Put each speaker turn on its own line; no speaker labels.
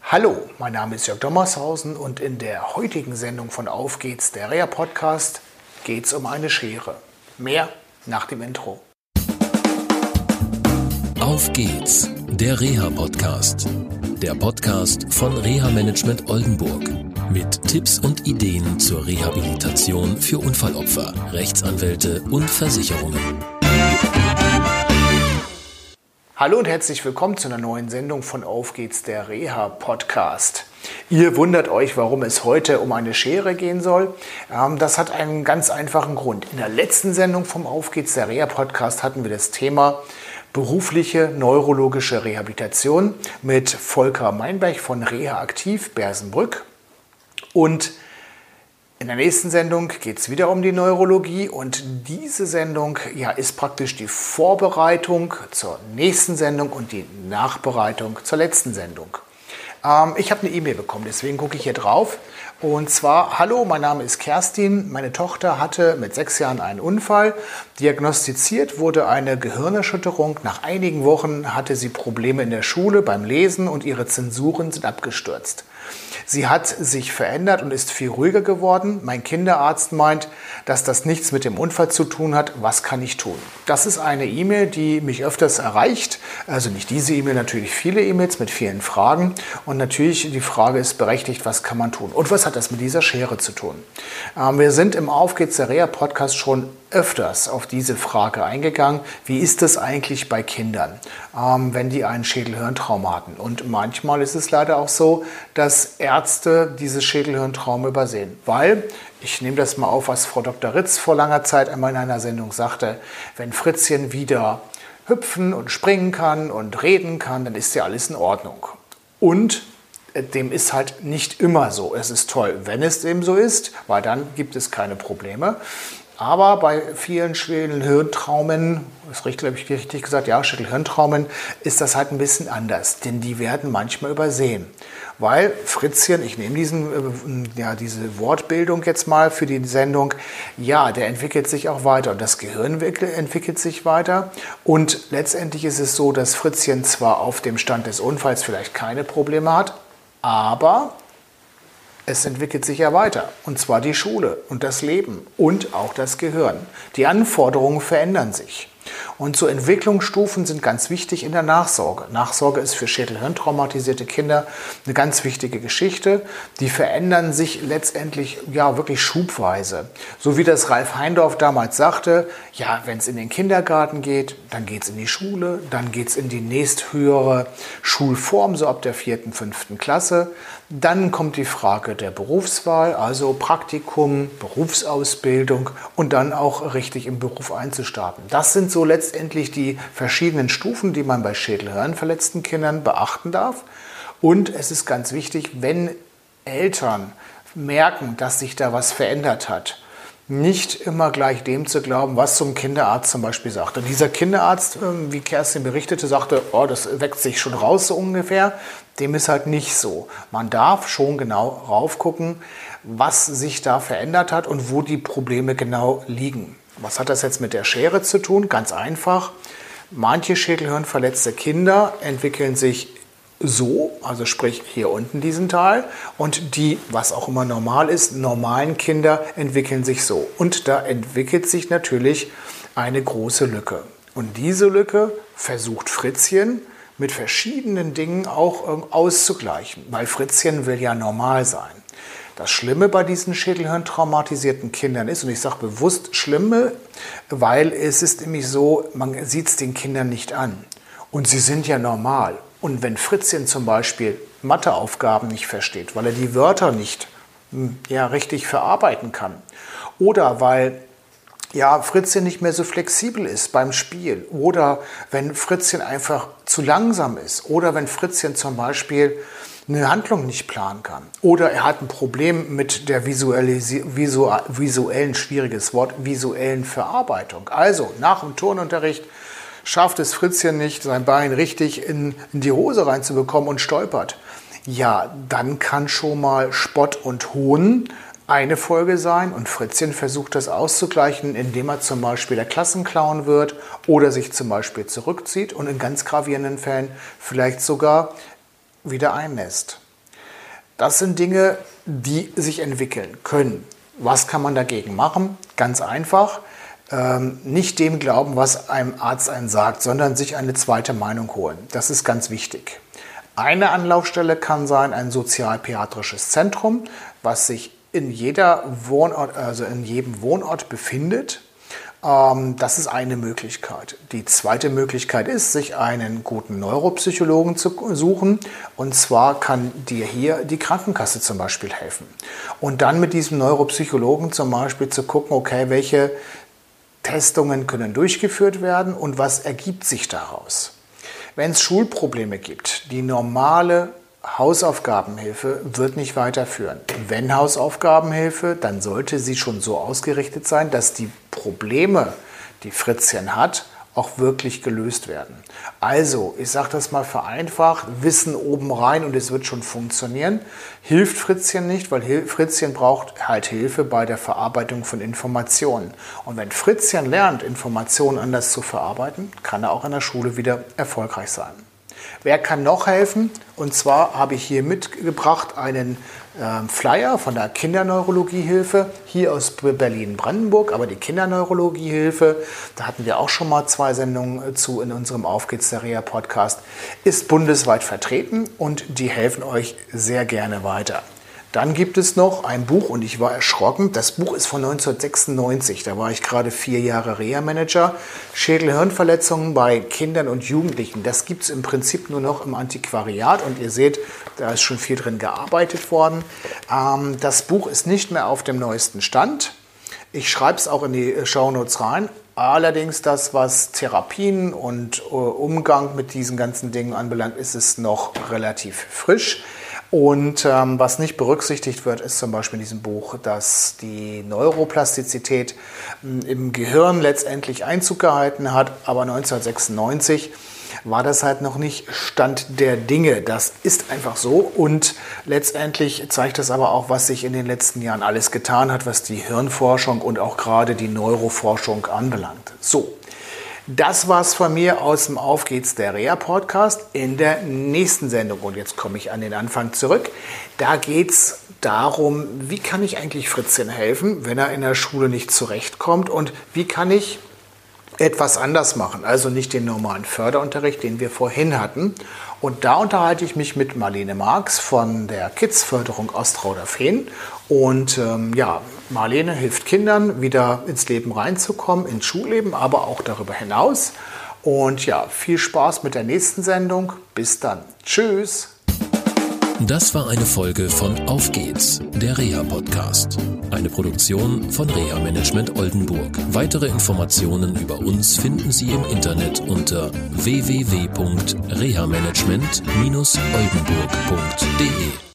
Hallo, mein Name ist Jörg Dommershausen und in der heutigen Sendung von Auf geht's, der Reha-Podcast, geht's um eine Schere. Mehr nach dem Intro.
Auf geht's, der Reha-Podcast. Der Podcast von Reha-Management Oldenburg. Mit Tipps und Ideen zur Rehabilitation für Unfallopfer, Rechtsanwälte und Versicherungen.
Hallo und herzlich willkommen zu einer neuen Sendung von Auf geht's, der Reha-Podcast. Ihr wundert euch, warum es heute um eine Schere gehen soll. Das hat einen ganz einfachen Grund. In der letzten Sendung vom Auf geht's, der Reha-Podcast hatten wir das Thema berufliche neurologische Rehabilitation mit Volker Meinberg von Reha Aktiv Bersenbrück. Und in der nächsten Sendung geht es wieder um die Neurologie und diese Sendung ist praktisch die Vorbereitung zur nächsten Sendung und die Nachbereitung zur letzten Sendung. Ich habe eine E-Mail bekommen, deswegen gucke ich hier drauf. Und zwar, hallo, mein Name ist Kerstin. Meine Tochter hatte mit 6 Jahren einen Unfall. Diagnostiziert wurde eine Gehirnerschütterung. Nach einigen Wochen hatte sie Probleme in der Schule beim Lesen und ihre Zensuren sind abgestürzt. Sie hat sich verändert und ist viel ruhiger geworden. Mein Kinderarzt meint, dass das nichts mit dem Unfall zu tun hat. Was kann ich tun? Das ist eine E-Mail, die mich öfters erreicht. Also nicht diese E-Mail, natürlich viele E-Mails mit vielen Fragen. Und natürlich die Frage ist berechtigt, was kann man tun? Und was hat das mit dieser Schere zu tun? Wir sind im Auf geht's der Reha-Podcast schon öfters auf diese Frage eingegangen. Wie ist es eigentlich bei Kindern, wenn die einen Schädel-Hirntrauma hatten? Und manchmal ist es leider auch so, dass Ärzte dieses Schädel-Hirntrauma übersehen. Weil, ich nehme das mal auf, was Frau Dr. Ritz vor langer Zeit einmal in einer Sendung sagte, wenn Fritzchen wieder hüpfen und springen kann und reden kann, dann ist ja alles in Ordnung. Und dem ist halt nicht immer so. Es ist toll, wenn es eben so ist, weil dann gibt es keine Probleme. Aber bei vielen Schädel-Hirntraumen, das ist glaube ich richtig gesagt, ja, Schädel-Hirntraumen, ist das halt ein bisschen anders, denn die werden manchmal übersehen. Weil Fritzchen, ich nehme diese Wortbildung jetzt mal für die Sendung, ja, der entwickelt sich auch weiter und das Gehirn entwickelt sich weiter. Und letztendlich ist es so, dass Fritzchen zwar auf dem Stand des Unfalls vielleicht keine Probleme hat, aber es entwickelt sich ja weiter, und zwar die Schule und das Leben und auch das Gehirn. Die Anforderungen verändern sich. Und so Entwicklungsstufen sind ganz wichtig in der Nachsorge. Nachsorge ist für Schädel-Hirn-traumatisierte Kinder eine ganz wichtige Geschichte. Die verändern sich letztendlich wirklich schubweise. So wie das Ralf Heindorf damals sagte, wenn es in den Kindergarten geht, dann geht es in die Schule, dann geht es in die nächsthöhere Schulform, so ab der 4., 5. Klasse. Dann kommt die Frage der Berufswahl, also Praktikum, Berufsausbildung und dann auch richtig im Beruf einzustarten. Das sind so letztendlich die verschiedenen Stufen, die man bei Schädel-Hirn-verletzten Kindern beachten darf. Und es ist ganz wichtig, wenn Eltern merken, dass sich da was verändert hat, nicht immer gleich dem zu glauben, was zum Kinderarzt zum Beispiel sagt. Und dieser Kinderarzt, wie Kerstin berichtete, sagte, das wächst sich schon raus so ungefähr. Dem ist halt nicht so. Man darf schon genau raufgucken, was sich da verändert hat und wo die Probleme genau liegen. Was hat das jetzt mit der Schere zu tun? Ganz einfach. Manche Schädelhirnverletzte Kinder entwickeln sich so, also sprich hier unten diesen Teil, und die, was auch immer normal ist, normalen Kinder entwickeln sich so. Und da entwickelt sich natürlich eine große Lücke. Und diese Lücke versucht Fritzchen mit verschiedenen Dingen auch auszugleichen, weil Fritzchen will ja normal sein. Das Schlimme bei diesen Schädel-Hirn-traumatisierten Kindern ist, und ich sage bewusst Schlimme, weil es ist nämlich so, man sieht es den Kindern nicht an. Und sie sind ja normal. Und wenn Fritzchen zum Beispiel Matheaufgaben nicht versteht, weil er die Wörter nicht richtig verarbeiten kann, oder weil Fritzchen nicht mehr so flexibel ist beim Spiel, oder wenn Fritzchen einfach zu langsam ist, oder wenn Fritzchen zum Beispiel eine Handlung nicht planen kann, oder er hat ein Problem mit der visuellen, schwieriges Wort, visuellen Verarbeitung. Also nach dem Turnunterricht schafft es Fritzchen nicht, sein Bein richtig in die Hose reinzubekommen und stolpert. Ja, dann kann schon mal Spott und Hohn eine Folge sein und Fritzchen versucht das auszugleichen, indem er zum Beispiel der Klassenclown wird oder sich zum Beispiel zurückzieht und in ganz gravierenden Fällen vielleicht sogar wieder einnässt. Das sind Dinge, die sich entwickeln können. Was kann man dagegen machen? Ganz einfach. Nicht dem glauben, was einem Arzt einen sagt, sondern sich eine zweite Meinung holen. Das ist ganz wichtig. Eine Anlaufstelle kann sein ein sozialpädiatrisches Zentrum, was sich in jedem Wohnort befindet. Das ist eine Möglichkeit. Die zweite Möglichkeit ist, sich einen guten Neuropsychologen zu suchen. Und zwar kann dir hier die Krankenkasse zum Beispiel helfen. Und dann mit diesem Neuropsychologen zum Beispiel zu gucken, okay, welche Testungen können durchgeführt werden und was ergibt sich daraus. Wenn es Schulprobleme gibt, die normale Hausaufgabenhilfe wird nicht weiterführen. Wenn Hausaufgabenhilfe, dann sollte sie schon so ausgerichtet sein, dass die Probleme, die Fritzchen hat, auch wirklich gelöst werden. Also, ich sage das mal vereinfacht, Wissen oben rein und es wird schon funktionieren. Hilft Fritzchen nicht, weil Fritzchen braucht halt Hilfe bei der Verarbeitung von Informationen. Und wenn Fritzchen lernt, Informationen anders zu verarbeiten, kann er auch in der Schule wieder erfolgreich sein. Wer kann noch helfen? Und zwar habe ich hier mitgebracht einen Flyer von der Kinderneurologiehilfe hier aus Berlin-Brandenburg, aber die Kinderneurologiehilfe, da hatten wir auch schon mal 2 Sendungen zu in unserem Auf geht's der Reha Podcast, ist bundesweit vertreten und die helfen euch sehr gerne weiter. Dann gibt es noch ein Buch und ich war erschrocken. Das Buch ist von 1996. Da war ich gerade 4 Jahre Reha-Manager. Schädel-Hirnverletzungen bei Kindern und Jugendlichen. Das gibt es im Prinzip nur noch im Antiquariat und ihr seht, da ist schon viel drin gearbeitet worden. Das Buch ist nicht mehr auf dem neuesten Stand. Ich schreibe es auch in die Shownotes rein. Allerdings das, was Therapien und Umgang mit diesen ganzen Dingen anbelangt, ist es noch relativ frisch. Und was nicht berücksichtigt wird, ist zum Beispiel in diesem Buch, dass die Neuroplastizität im Gehirn letztendlich Einzug gehalten hat. Aber 1996 war das halt noch nicht Stand der Dinge. Das ist einfach so. Und letztendlich zeigt das aber auch, was sich in den letzten Jahren alles getan hat, was die Hirnforschung und auch gerade die Neuroforschung anbelangt. So. Das war's von mir aus dem Auf geht's der Reha Podcast in der nächsten Sendung. Und jetzt komme ich an den Anfang zurück. Da geht's darum, wie kann ich eigentlich Fritzchen helfen, wenn er in der Schule nicht zurechtkommt und wie kann ich etwas anders machen, also nicht den normalen Förderunterricht, den wir vorhin hatten. Und da unterhalte ich mich mit Marlene Marx von der Kids-Förderung Ostrauder-Fehn. Und Marlene hilft Kindern, wieder ins Leben reinzukommen, ins Schulleben, aber auch darüber hinaus. Und ja, viel Spaß mit der nächsten Sendung. Bis dann. Tschüss.
Das war eine Folge von Auf geht's, der Reha-Podcast. Eine Produktion von Reha Management Oldenburg. Weitere Informationen über uns finden Sie im Internet unter www.rehamanagement-oldenburg.de.